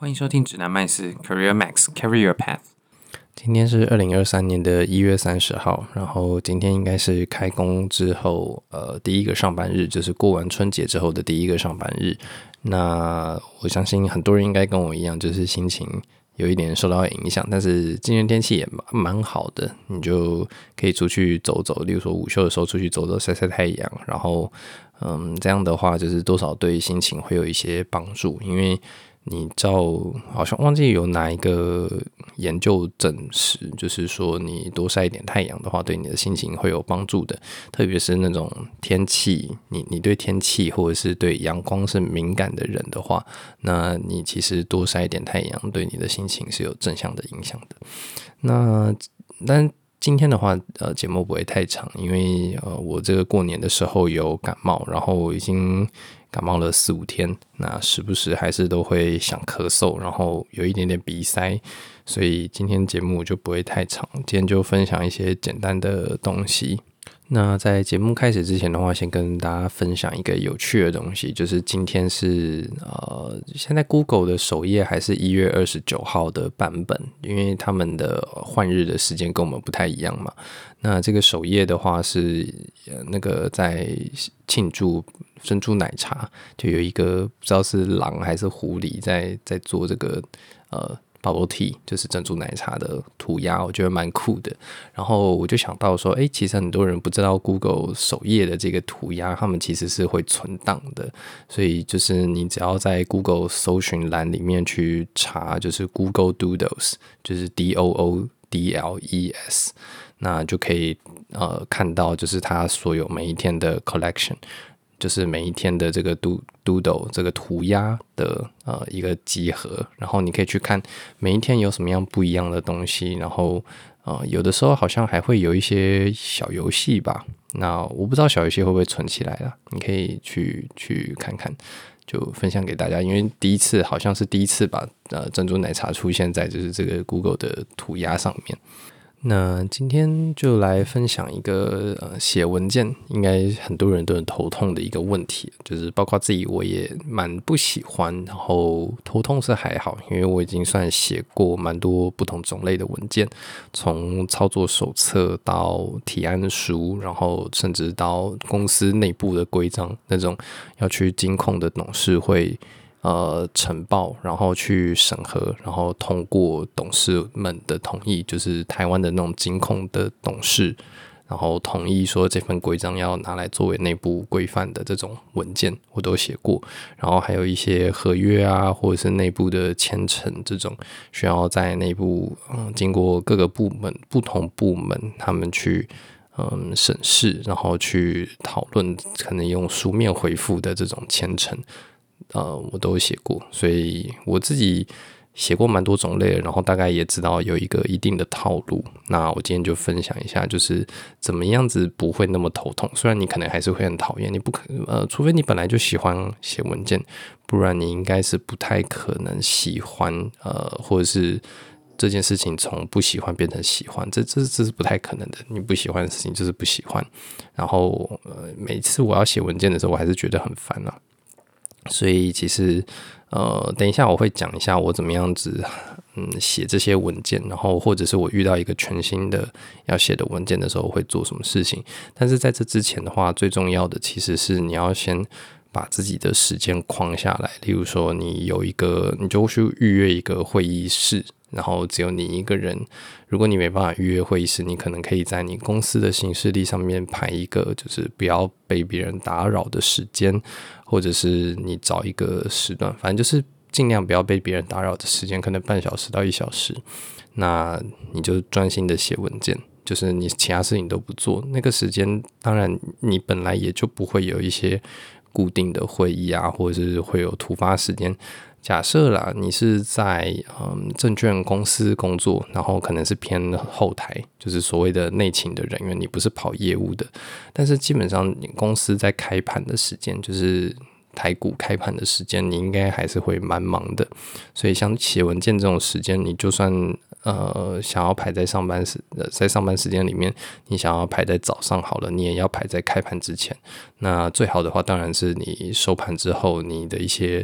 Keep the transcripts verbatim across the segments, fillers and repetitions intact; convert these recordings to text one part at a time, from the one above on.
欢迎收听指南麦斯 Career Max Carry Your Path。 今天是二零二三年的一月三十号，然后今天应该是开工之后呃第一个上班日，就是过完春节之后的第一个上班日。那我相信很多人应该跟我一样，就是心情有一点受到影响，但是今天天气也蛮好的，你就可以出去走走，例如说午休的时候出去走走晒晒太阳，然后嗯这样的话就是多少对心情会有一些帮助，因为你照好像忘记有哪一个研究证实，就是说你多晒一点太阳的话，对你的心情会有帮助的。特别是那种天气，你你对天气或者是对阳光是敏感的人的话，那你其实多晒一点太阳，对你的心情是有正向的影响的。那但今天的话，呃，节目不会太长，因为呃，我这个过年的时候有感冒，然后已经感冒了四五天，那时不时还是都会想咳嗽，然后有一点点鼻塞，所以今天节目就不会太长，今天就分享一些简单的东西。那在节目开始之前的话，先跟大家分享一个有趣的东西，就是今天是呃，现在 Google 的首页还是一月二十九号的版本，因为他们的换日的时间跟我们不太一样嘛。那这个首页的话是呃那个在庆祝珍珠奶茶，就有一个不知道是狼还是狐狸在在做这个呃。bubble tea 就是珍珠奶茶的涂鸦，我觉得蛮酷的。然后我就想到说，哎，其实很多人不知道 Google 首页的这个涂鸦，他们其实是会存档的。所以就是你只要在 Google 搜寻栏里面去查，就是 Google Doodles， 就是 D O O D L E S， 那就可以呃看到就是它所有每一天的 collection。就是每一天的这个 doodle 这个涂鸦的呃一个集合，然后你可以去看每一天有什么样不一样的东西，然后呃有的时候好像还会有一些小游戏吧，那我不知道小游戏会不会存起来啦，你可以去去看看，就分享给大家，因为第一次好像是第一次把呃珍珠奶茶出现在就是这个 Google 的涂鸦上面。那今天就来分享一个呃写文件应该很多人都很头痛的一个问题，就是包括自己我也蛮不喜欢，然后头痛是还好，因为我已经算写过蛮多不同种类的文件，从操作手册到提案书，然后甚至到公司内部的规章，那种要去金控的董事会呃，呈报，然后去审核，然后通过董事们的同意，就是台湾的那种金控的董事，然后同意说这份规章要拿来作为内部规范的这种文件，我都写过。然后还有一些合约啊，或者是内部的签呈，这种需要在内部嗯经过各个部门、不同部门他们去嗯审视，然后去讨论，可能用书面回复的这种签呈。呃，我都有写过，所以我自己写过蛮多种类的，然后大概也知道有一个一定的套路。那我今天就分享一下，就是怎么样子不会那么头痛。虽然你可能还是会很讨厌，你不可呃，除非你本来就喜欢写文件，不然你应该是不太可能喜欢呃，或者是这件事情从不喜欢变成喜欢，这这这是不太可能的。你不喜欢的事情就是不喜欢。然后呃，每次我要写文件的时候，我还是觉得很烦啊。所以其实呃，等一下我会讲一下我怎么样子嗯写这些文件，然后或者是我遇到一个全新的要写的文件的时候会做什么事情。但是在这之前的话，最重要的其实是你要先把自己的时间框下来。例如说你有一个，你就去预约一个会议室，然后只有你一个人。如果你没办法预约会议室，你可能可以在你公司的行事历上面排一个就是不要被别人打扰的时间，或者是你找一个时段，反正就是尽量不要被别人打扰的时间，可能半小时到一小时，那你就专心的写文件，就是你其他事情都不做，那个时间当然你本来也就不会有一些固定的会议啊，或者是会有突发时间。假设啦，你是在嗯证券公司工作，然后可能是偏后台，就是所谓的内勤的人员，你不是跑业务的，但是基本上你公司在开盘的时间，就是台股开盘的时间，你应该还是会蛮忙的。所以像写文件这种时间，你就算呃想要排在上班时，呃在上班时间里面，你想要排在早上好了，你也要排在开盘之前。那最好的话，当然是你收盘之后，你的一些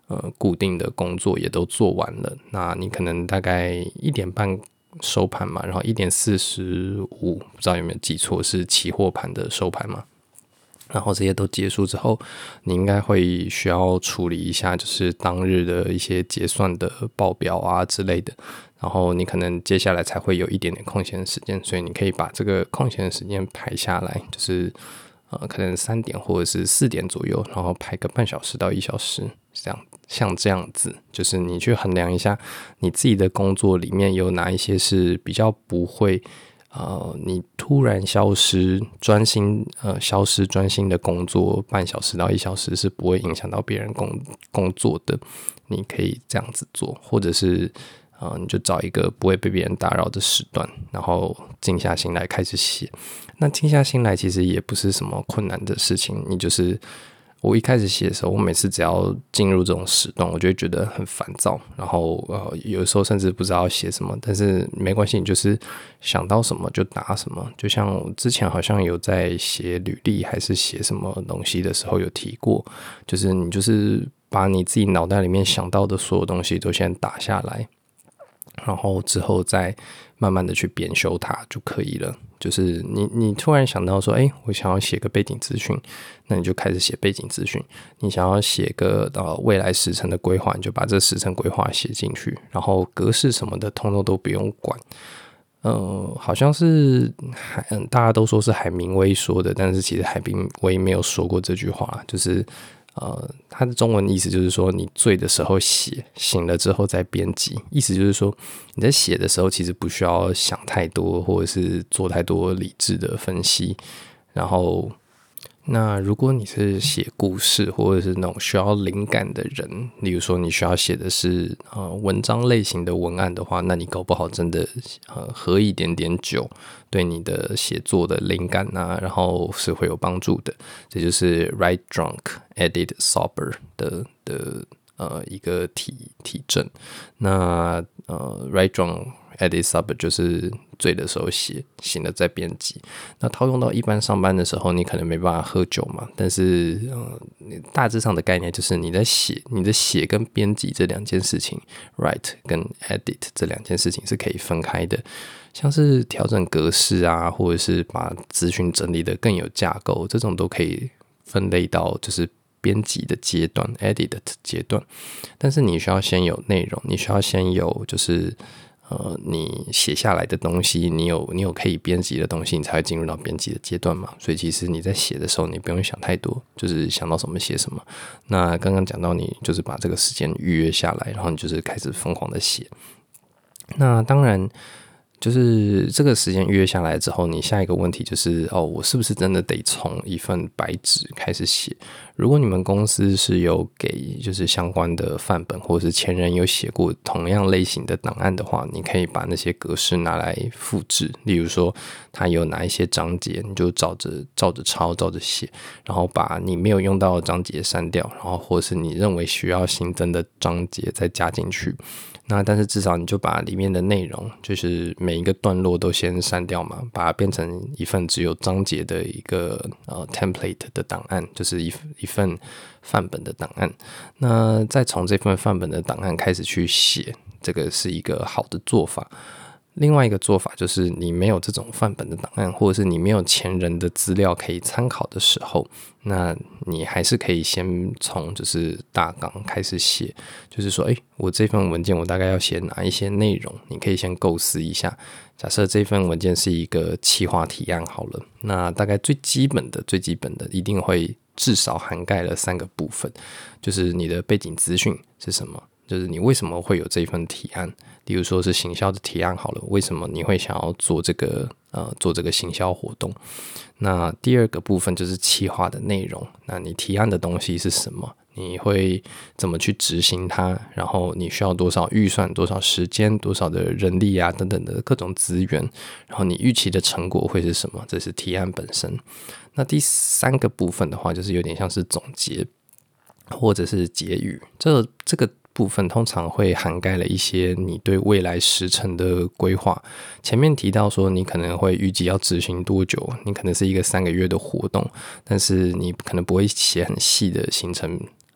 呃固定的工作也都做完了，那你可能大概一点半收盘嘛，然后一点四十五，不知道有没有记错，是期货盘的收盘嘛。然后这些都结束之后，你应该会需要处理一下，就是当日的一些结算的报表啊之类的。然后你可能接下来才会有一点点空闲的时间，所以你可以把这个空闲的时间排下来，就是呃可能三点或者是四点左右，然后排个半小时到一小时，这样像这样子，就是你去衡量一下你自己的工作里面有哪一些是比较不会。呃，你突然消失，专心呃消失专心的工作半小时到一小时是不会影响到别人工工作的，你可以这样子做，或者是呃你就找一个不会被别人打扰的时段，然后静下心来开始写。那静下心来其实也不是什么困难的事情，你就是我一开始写的时候，我每次只要进入这种时段，我就会觉得很烦躁，然后呃，有时候甚至不知道要写什么，但是没关系，你就是想到什么就打什么。就像我之前好像有在写履历还是写什么东西的时候有提过，就是你就是把你自己脑袋里面想到的所有东西都先打下来，然后之后再慢慢的去编修它就可以了。就是你你突然想到说，哎、欸，我想要写个背景资讯，那你就开始写背景资讯。你想要写个呃未来时程的规划，你就把这时程规划写进去，然后格式什么的通通都不用管。呃，好像是海，嗯，大家都说是海明威说的，但是其实海明威没有说过这句话，就是。呃，它的中文意思就是说，你醉的时候写，醒了之后再编辑。意思就是说，你在写的时候其实不需要想太多，或者是做太多理智的分析。然后，那如果你是写故事，或者是那种需要灵感的人，例如说你需要写的是呃文章类型的文案的话，那你搞不好真的呃喝一点点酒，对你的写作的灵感啊，然后是会有帮助的。这就是 write drunk, edit sober 的的呃一个体体证。那呃 write drunk.edit sober 就是醉的时候写，醒了再编辑。那套用到一般上班的时候，你可能没办法喝酒嘛，但是呃，大致上的概念就是你在写，你的写跟编辑这两件事情 ，write 跟 edit 这两件事情是可以分开的。像是调整格式啊，或者是把资讯整理得更有架构，这种都可以分类到就是编辑的阶段 ，edit 的阶段。但是你需要先有内容，你需要先有就是。呃，你写下来的东西，你有你有可以编辑的东西，你才会进入到编辑的阶段嘛。所以其实你在写的时候，你不用想太多，就是想到什么写什么。那刚刚讲到，你就是把这个时间预约下来，然后你就是开始疯狂的写。那当然。就是这个时间预约下来之后，你下一个问题就是哦，我是不是真的得从一份白纸开始写？如果你们公司是有给就是相关的范本，或者是前人有写过同样类型的档案的话，你可以把那些格式拿来复制。例如说，它有哪一些章节，你就照着照着抄，照着写，然后把你没有用到的章节删掉，然后或者是你认为需要新增的章节再加进去。那但是至少你就把里面的内容，就是每一个段落都先删掉嘛，把它变成一份只有章节的一个呃 template 的档案，就是一一份范本的档案。那再从这份范本的档案开始去写，这个是一个好的做法。另外一个做法就是你没有这种范本的档案，或者是你没有前人的资料可以参考的时候，那你还是可以先从就是大纲开始写，就是说，哎，我这份文件我大概要写哪一些内容，你可以先构思一下。假设这份文件是一个企划提案好了，那大概最基本的、最基本的一定会至少涵盖了三个部分，就是你的背景资讯是什么，就是你为什么会有这份提案。比如说是行销的提案好了，为什么你会想要做这个呃做这个行销活动？那第二个部分就是企划的内容，那你提案的东西是什么？你会怎么去执行它？然后你需要多少预算、多少时间、多少的人力啊等等的各种资源，然后你预期的成果会是什么？这是提案本身。那第三个部分的话，就是有点像是总结或者是结语，这这个。部分通常会涵盖了一些你对未来时程的规划。前面提到说你可能会预计要执行多久，你可能是一个三个月的活动，但是你可能不会写很细的行程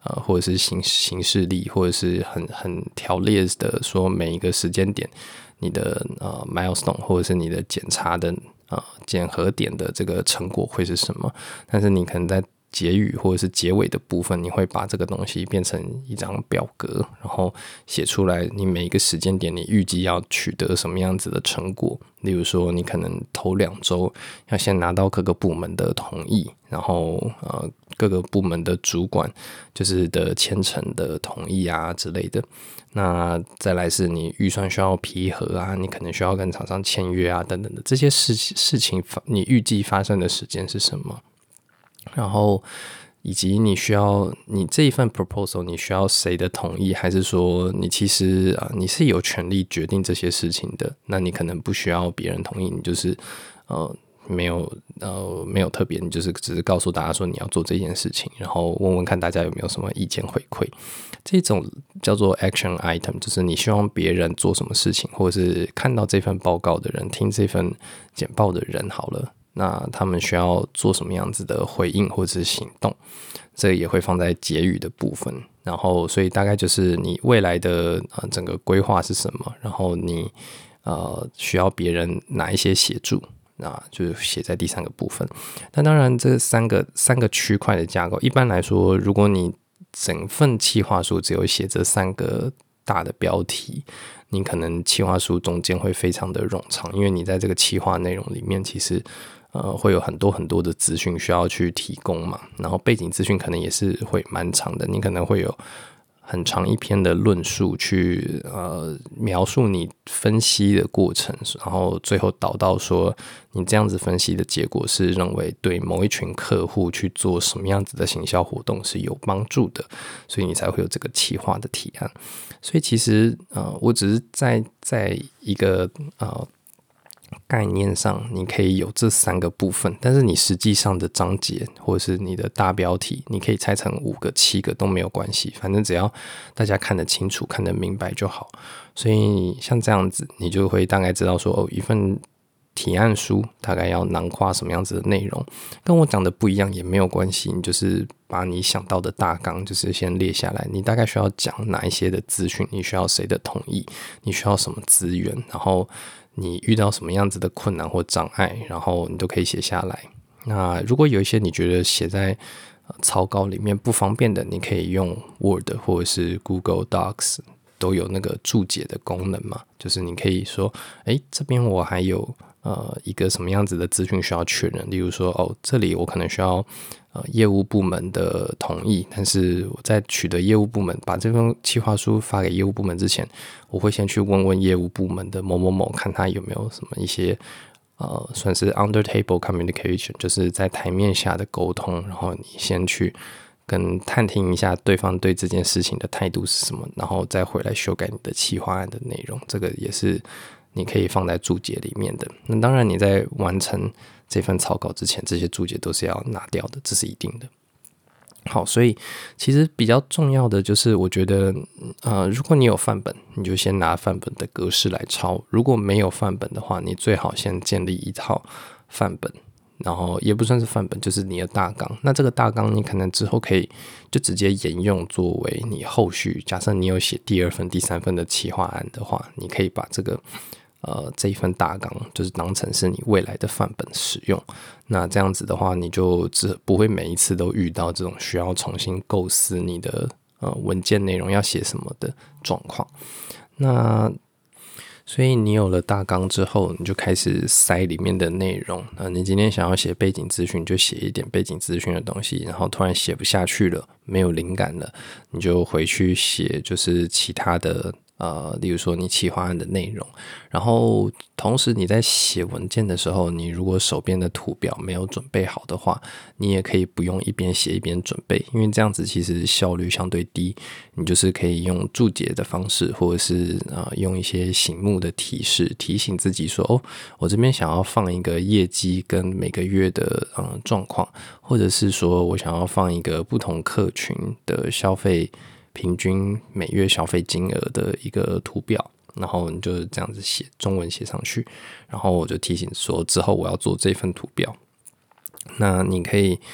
呃，或者是行行事历，或者是很很条列的说每一个时间点你的呃 milestone 或者是你的检查的呃检核点的这个成果会是什么，但是你可能在结语或者是结尾的部分，你会把这个东西变成一张表格，然后写出来你每一个时间点你预计要取得什么样子的成果。例如说你可能头两周要先拿到各个部门的同意，然后呃各个部门的主管就是的签呈的同意啊之类的。那再来是你预算需要批核啊，你可能需要跟厂商签约啊等等的这些事事情，你预计发生的时间是什么？然后以及你需要你这一份 proposal 你需要谁的同意，还是说你其实、呃、你是有权利决定这些事情的，那你可能不需要别人同意，你就是呃没有呃没有特别，你就是只是告诉大家说你要做这件事情，然后问问看大家有没有什么意见回馈。这种叫做 action item， 就是你希望别人做什么事情，或者是看到这份报告的人，听这份简报的人好了，那他们需要做什么样子的回应或者是行动，这个也会放在结语的部分。然后所以大概就是你未来的、呃、整个规划是什么，然后你呃需要别人哪一些协助，那就是写在第三个部分。但当然这三个三个区块的架构，一般来说如果你整份企划书只有写这三个大的标题，你可能企划书中间会非常的冗长，因为你在这个企划内容里面其实呃会有很多很多的资讯需要去提供嘛，然后背景资讯可能也是会蛮长的，你可能会有很长一篇的论述去呃描述你分析的过程，然后最后导到说你这样子分析的结果是认为对某一群客户去做什么样子的行销活动是有帮助的，所以你才会有这个企划的提案。所以其实呃我只是在在一个呃概念上你可以有这三个部分，但是你实际上的章节或者是你的大标题你可以拆成五个七个都没有关系，反正只要大家看得清楚看得明白就好。所以像这样子你就会大概知道说哦，一份提案书大概要囊括什么样子的内容，跟我讲的不一样也没有关系，你就是把你想到的大纲就是先列下来，你大概需要讲哪一些的资讯，你需要谁的同意，你需要什么资源，然后你遇到什么样子的困难或障碍，然后你都可以写下来。那如果有一些你觉得写在草稿里面不方便的，你可以用 Word 或者是 Google Docs 都有那个注解的功能嘛，就是你可以说诶这边我还有呃一个什么样子的资讯需要确认，例如说哦这里我可能需要呃业务部门的同意，但是我在取得业务部门把这份企划书发给业务部门之前，我会先去问问业务部门的某某某，看他有没有什么一些呃算是 under table communication， 就是在台面下的沟通，然后你先去跟探听一下对方对这件事情的态度是什么，然后再回来修改你的企划案的内容，这个也是你可以放在注解里面的。那当然你在完成这份草稿之前，这些注解都是要拿掉的，这是一定的。好，所以其实比较重要的就是我觉得呃，如果你有范本你就先拿范本的格式来抄，如果没有范本的话你最好先建立一套范本，然后也不算是范本，就是你的大纲。那这个大纲你可能之后可以就直接沿用作为你后续，假设你有写第二份第三份的企划案的话，你可以把这个呃这一份大纲就是当成是你未来的范本使用。那这样子的话你就只不会每一次都遇到这种需要重新构思你的呃文件内容要写什么的状况。那所以你有了大纲之后，你就开始塞里面的内容。那你今天想要写背景资讯，就写一点背景资讯的东西，然后突然写不下去了，没有灵感了，你就回去写就是其他的呃，例如说你企划案的内容。然后同时你在写文件的时候，你如果手边的图表没有准备好的话，你也可以不用一边写一边准备，因为这样子其实效率相对低。你就是可以用注解的方式，或者是、呃、用一些醒目的提示提醒自己说哦，我这边想要放一个业绩跟每个月的、呃、状况，或者是说我想要放一个不同客群的消费平均每月消费金额的一个图表，然后你就这样子写中文写上去，然后我就提醒说之后我要做这份图表。那你可以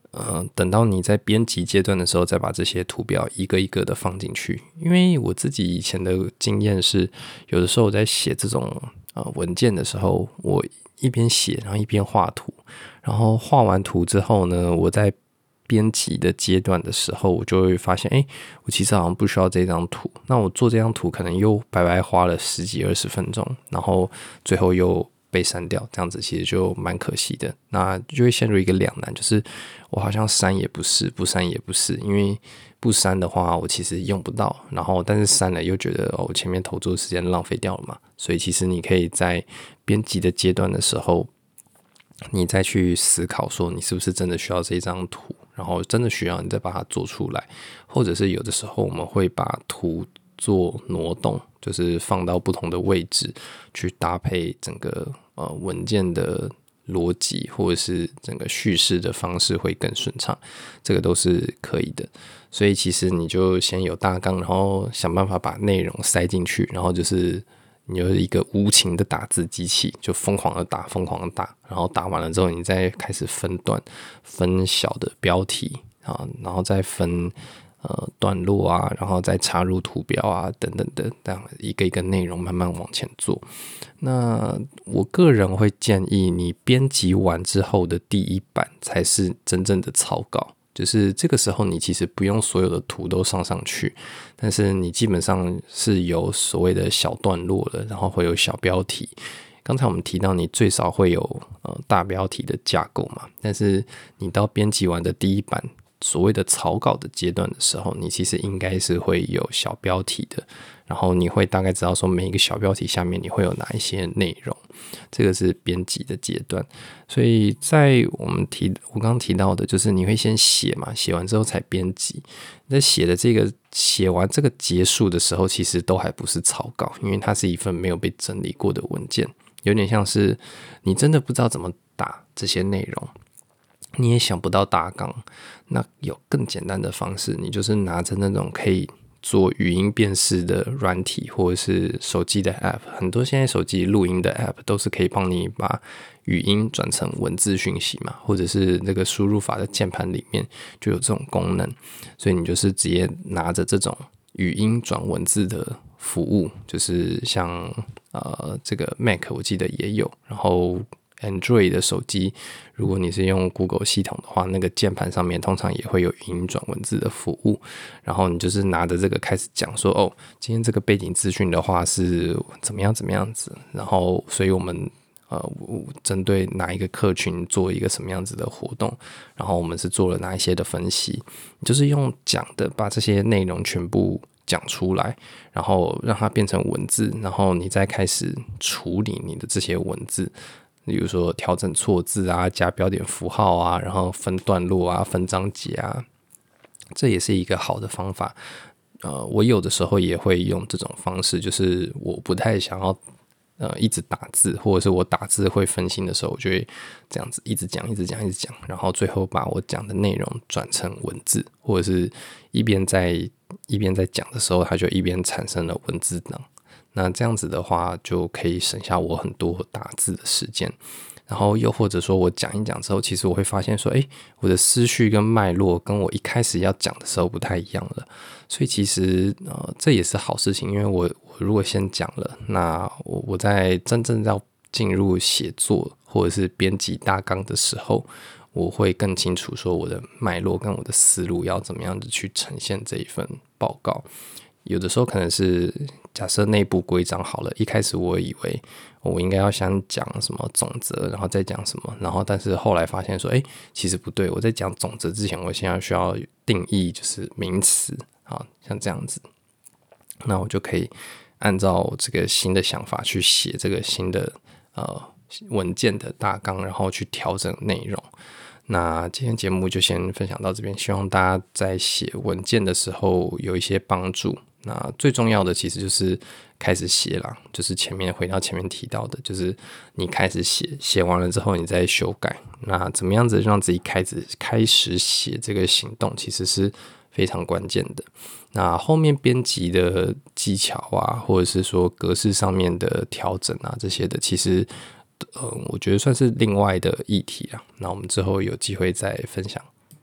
呃，等到你在编辑阶段的时候，再把这些图表一个一个的放进去。因为我自己以前的经验是，有的时候我在写这种呃文件的时候，我一边写，然后一边画图，然后画完图之后呢，我在编辑的阶段的时候，我就会发现，哎、欸，我其实好像不需要这张图。那我做这张图可能又白白花了十几二十分钟，然后最后又被删掉，这样子其实就蛮可惜的。那就会陷入一个两难，就是我好像删也不是，不删也不是，因为不删的话我其实用不到，然后但是删了又觉得哦，我前面投注的时间浪费掉了嘛。所以其实你可以在编辑的阶段的时候，你再去思考说你是不是真的需要这一张图，然后真的需要你再把它做出来，或者是有的时候我们会把图做挪动，就是放到不同的位置去搭配整个呃文件的逻辑，或者是整个叙事的方式会更顺畅，这个都是可以的。所以其实你就先有大纲，然后想办法把内容塞进去，然后就是你就是一个无情的打字机器，就疯狂的打，疯狂的打，然后打完了之后，你再开始分段、分小的标题啊，然后再分呃段落啊，然后再插入图表啊等等的，这样一个一个内容慢慢往前做。那我个人会建议你编辑完之后的第一版才是真正的草稿。就是这个时候你其实不用所有的图都上上去，但是你基本上是有所谓的小段落的，然后会有小标题。刚才我们提到你最少会有呃大标题的架构嘛，但是你到编辑完的第一版所谓的草稿的阶段的时候，你其实应该是会有小标题的，然后你会大概知道说每一个小标题下面你会有哪一些内容，这个是编辑的阶段。所以在我们提我刚刚提到的就是你会先写嘛，写完之后才编辑。在写的这个写完这个结束的时候，其实都还不是草稿，因为它是一份没有被整理过的文件，有点像是你真的不知道怎么打这些内容，你也想不到大纲，那有更简单的方式，你就是拿着那种可以做语音辨识的软体，或者是手机的 App， 很多现在手机录音的 App 都是可以帮你把语音转成文字讯息嘛，或者是那个输入法的键盘里面就有这种功能，所以你就是直接拿着这种语音转文字的服务，就是像呃这个 Mac 我记得也有，然后Android 的手机，如果你是用 Google 系统的话，那个键盘上面通常也会有语音转文字的服务，然后你就是拿着这个开始讲说，哦，今天这个背景资讯的话是怎么样怎么样子，然后所以我们呃针对哪一个客群做一个什么样子的活动，然后我们是做了哪一些的分析，你就是用讲的把这些内容全部讲出来，然后让它变成文字，然后你再开始处理你的这些文字，比如说调整错字啊，加标点符号啊，然后分段落啊，分章节啊，这也是一个好的方法。呃，我有的时候也会用这种方式，就是我不太想要呃一直打字，或者是我打字会分心的时候，我就会这样子一直讲一直讲一直讲，然后最后把我讲的内容转成文字，或者是一边在一边在讲的时候，它就一边产生了文字档。那这样子的话，就可以省下我很多打字的时间。然后又或者说我讲一讲之后，其实我会发现说，诶，我的思绪跟脉络跟我一开始要讲的时候不太一样了。所以其实呃这也是好事情，因为我我如果先讲了，那我我在真正要进入写作或者是编辑大纲的时候，我会更清楚说我的脉络跟我的思路要怎么样子去呈现这一份报告。有的时候可能是假设内部规章好了，一开始我以为我应该要先讲什么总则，然后再讲什么，然后但是后来发现说，哎，其实不对，我在讲总则之前，我现在需要定义就是名词，好像这样子，那我就可以按照这个新的想法去写这个新的呃文件的大纲，然后去调整内容。那今天节目就先分享到这边，希望大家在写文件的时候有一些帮助。那最重要的其实就是开始写啦，就是前面回到前面提到的，就是你开始写，写完了之后你再修改。那怎么样子让自己开始开始写这个行动，其实是非常关键的。那后面编辑的技巧啊，或者是说格式上面的调整啊，这些的，其实呃，我觉得算是另外的议题啦。那我们之后有机会再分享。